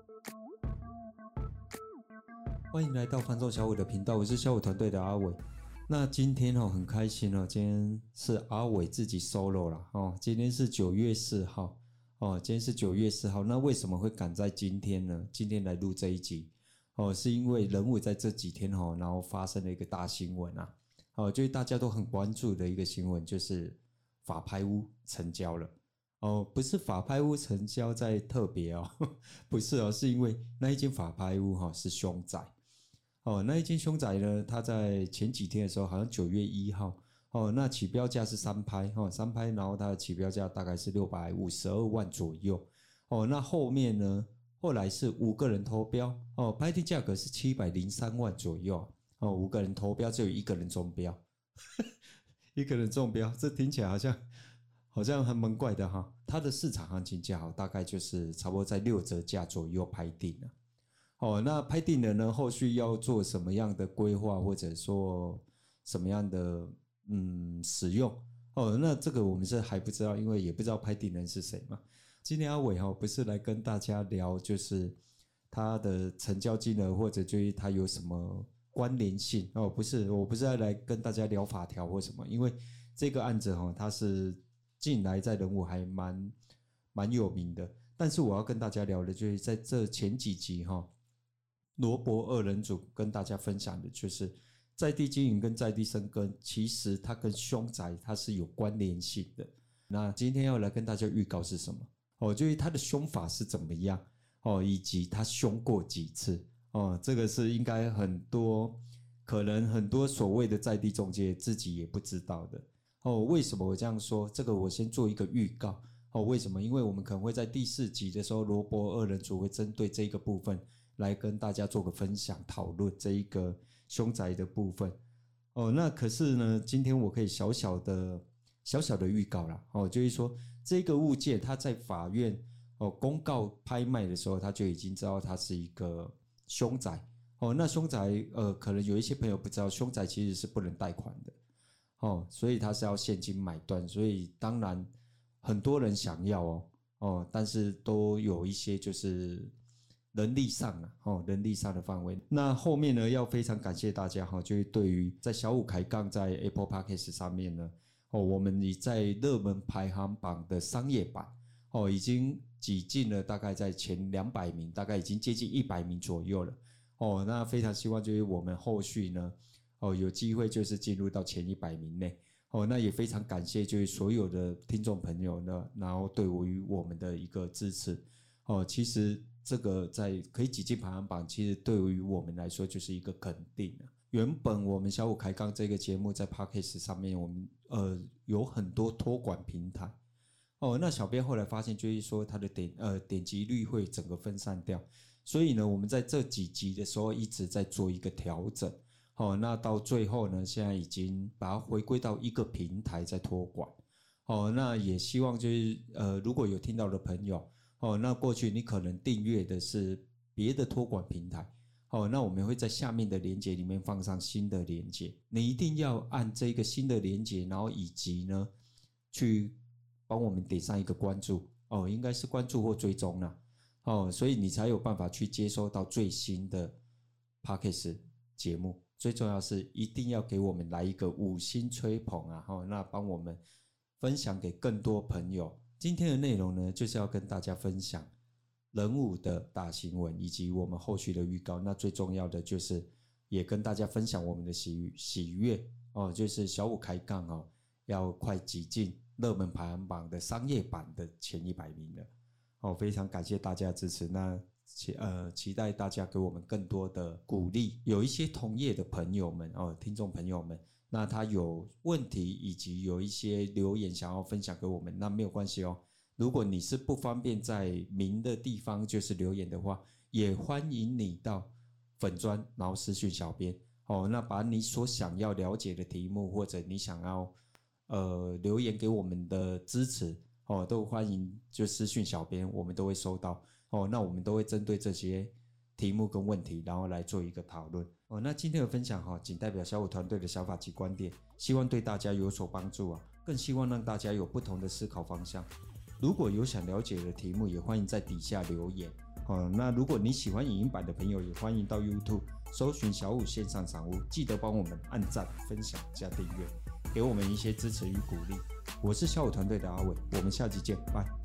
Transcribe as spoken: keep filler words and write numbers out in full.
欢迎来到房仲小伟的频道，我是小伟团队的阿伟。那今天哦很开心哦，今天是阿伟自己 solo 啦哦，今天是九月四号哦，今天是九月四号。那为什么会赶在今天呢？今天来录这一集哦，是因为人物在这几天哦，然后发生了一个大新闻啊，哦，就是大家都很关注的一个新闻，就是法拍屋成交了。哦，不是法拍屋成交在特别哦，不是哦，是因为那一间法拍屋哈、哦、是凶宅。哦，那一间凶宅呢，它在前几天的时候，好像九月一号，哦，那起标价是三拍，哦，三拍，然后它的起标价大概是六百五十二万左右，哦，那后面呢，后来是五个人投标，哦，拍定价格是七百零三万左右，哦，五个人投标，只有一个人中标，一个人中标，这听起来好像好像还蛮怪的哈。它的市场行情价好，大概就是差不多在六折价左右拍定了。哦，那拍定了呢，后续要做什么样的规划，或者说什么样的嗯使用？哦，那这个我们是还不知道，因为也不知道拍定人是谁嘛。今天阿伟哈不是来跟大家聊，就是他的成交金额，或者就是他有什么关联性哦，不是，我不是要来跟大家聊法条或什么，因为这个案子哈，它是近来在人物还蛮蛮有名的，但是我要跟大家聊的就是在这前几集哈。罗伯二人组跟大家分享的就是在地经营跟在地生根，其实它跟凶宅它是有关联性的。那今天要来跟大家预告是什么？哦，就是它的凶法是怎么样哦，以及它凶过几次哦，这个是应该很多可能很多所谓的在地中介自己也不知道的哦。为什么我这样说？这个我先做一个预告哦。为什么？因为我们可能会在第四集的时候，罗伯二人组会针对这个部分。来跟大家做个分享讨论这一个凶宅的部分哦。那可是呢，今天我可以小小的小小的预告啦哦，就是说这个物件它在法院哦公告拍卖的时候，他就已经知道它是一个凶宅哦。那凶宅呃，可能有一些朋友不知道，凶宅其实是不能贷款的哦，所以它是要现金买断，所以当然很多人想要哦哦，但是都有一些就是。人力上啊，哦，人力上的范围。那后面呢，要非常感谢大家哈，就是对于在小五开杠在 Apple Podcast 上面呢，哦，我们已在热门排行榜的商业版哦，已经挤进了大概在前两百名，大概已经接近一百名左右了哦。那非常希望就是我们后续呢，哦，有机会就是进入到前一百名内哦。那也非常感谢就是所有的听众朋友呢，然后对于我们的一个支持哦，其实。这个在可以挤进排行榜，其实对于我们来说就是一个肯定啊。原本我们小五开杠这个节目在 Podcast 上面，我们呃有很多托管平台哦。那小编后来发现，就是说它的点呃点击率会整个分散掉，所以呢，我们在这几集的时候一直在做一个调整。哦，那到最后呢，现在已经把它回归到一个平台在托管。哦，那也希望就是呃如果有听到的朋友。哦，那过去你可能订阅的是别的托管平台，哦，那我们会在下面的连结里面放上新的连结，你一定要按这个新的连结，然后以及呢，去帮我们点上一个关注，哦，应该是关注或追踪啦，哦，所以你才有办法去接收到最新的 Podcast 节目。最重要是一定要给我们来一个五星吹捧啊，哦，那帮我们分享给更多朋友。今天的内容呢，就是要跟大家分享人物的大新闻，以及我们后续的预告。那最重要的就是也跟大家分享我们的喜喜悦哦，就是小五开杠哦，要快挤进热门排行榜的商业版的前一百名了哦，非常感谢大家的支持。那期呃期待大家给我们更多的鼓励。有一些同业的朋友们哦，听众朋友们。那他有问题以及有一些留言想要分享给我们，那没有关系哦。如果你是不方便在明的地方就是留言的话，也欢迎你到粉专然后私讯小编哦。那把你所想要了解的题目，或者你想要呃留言给我们的支持哦，都欢迎就私讯小编，我们都会收到哦。那我们都会针对这些题目跟问题，然后来做一个讨论哦。那今天的分享哈，仅代表小五团队的想法及观点，希望对大家有所帮助啊，更希望让大家有不同的思考方向。如果有想了解的题目，也欢迎在底下留言哦，那如果你喜欢影音版的朋友，也欢迎到 YouTube 搜寻小武线上赏屋，记得帮我们按赞、分享、加订阅，给我们一些支持与鼓励。我是小武团队的阿伟，我们下期见，拜。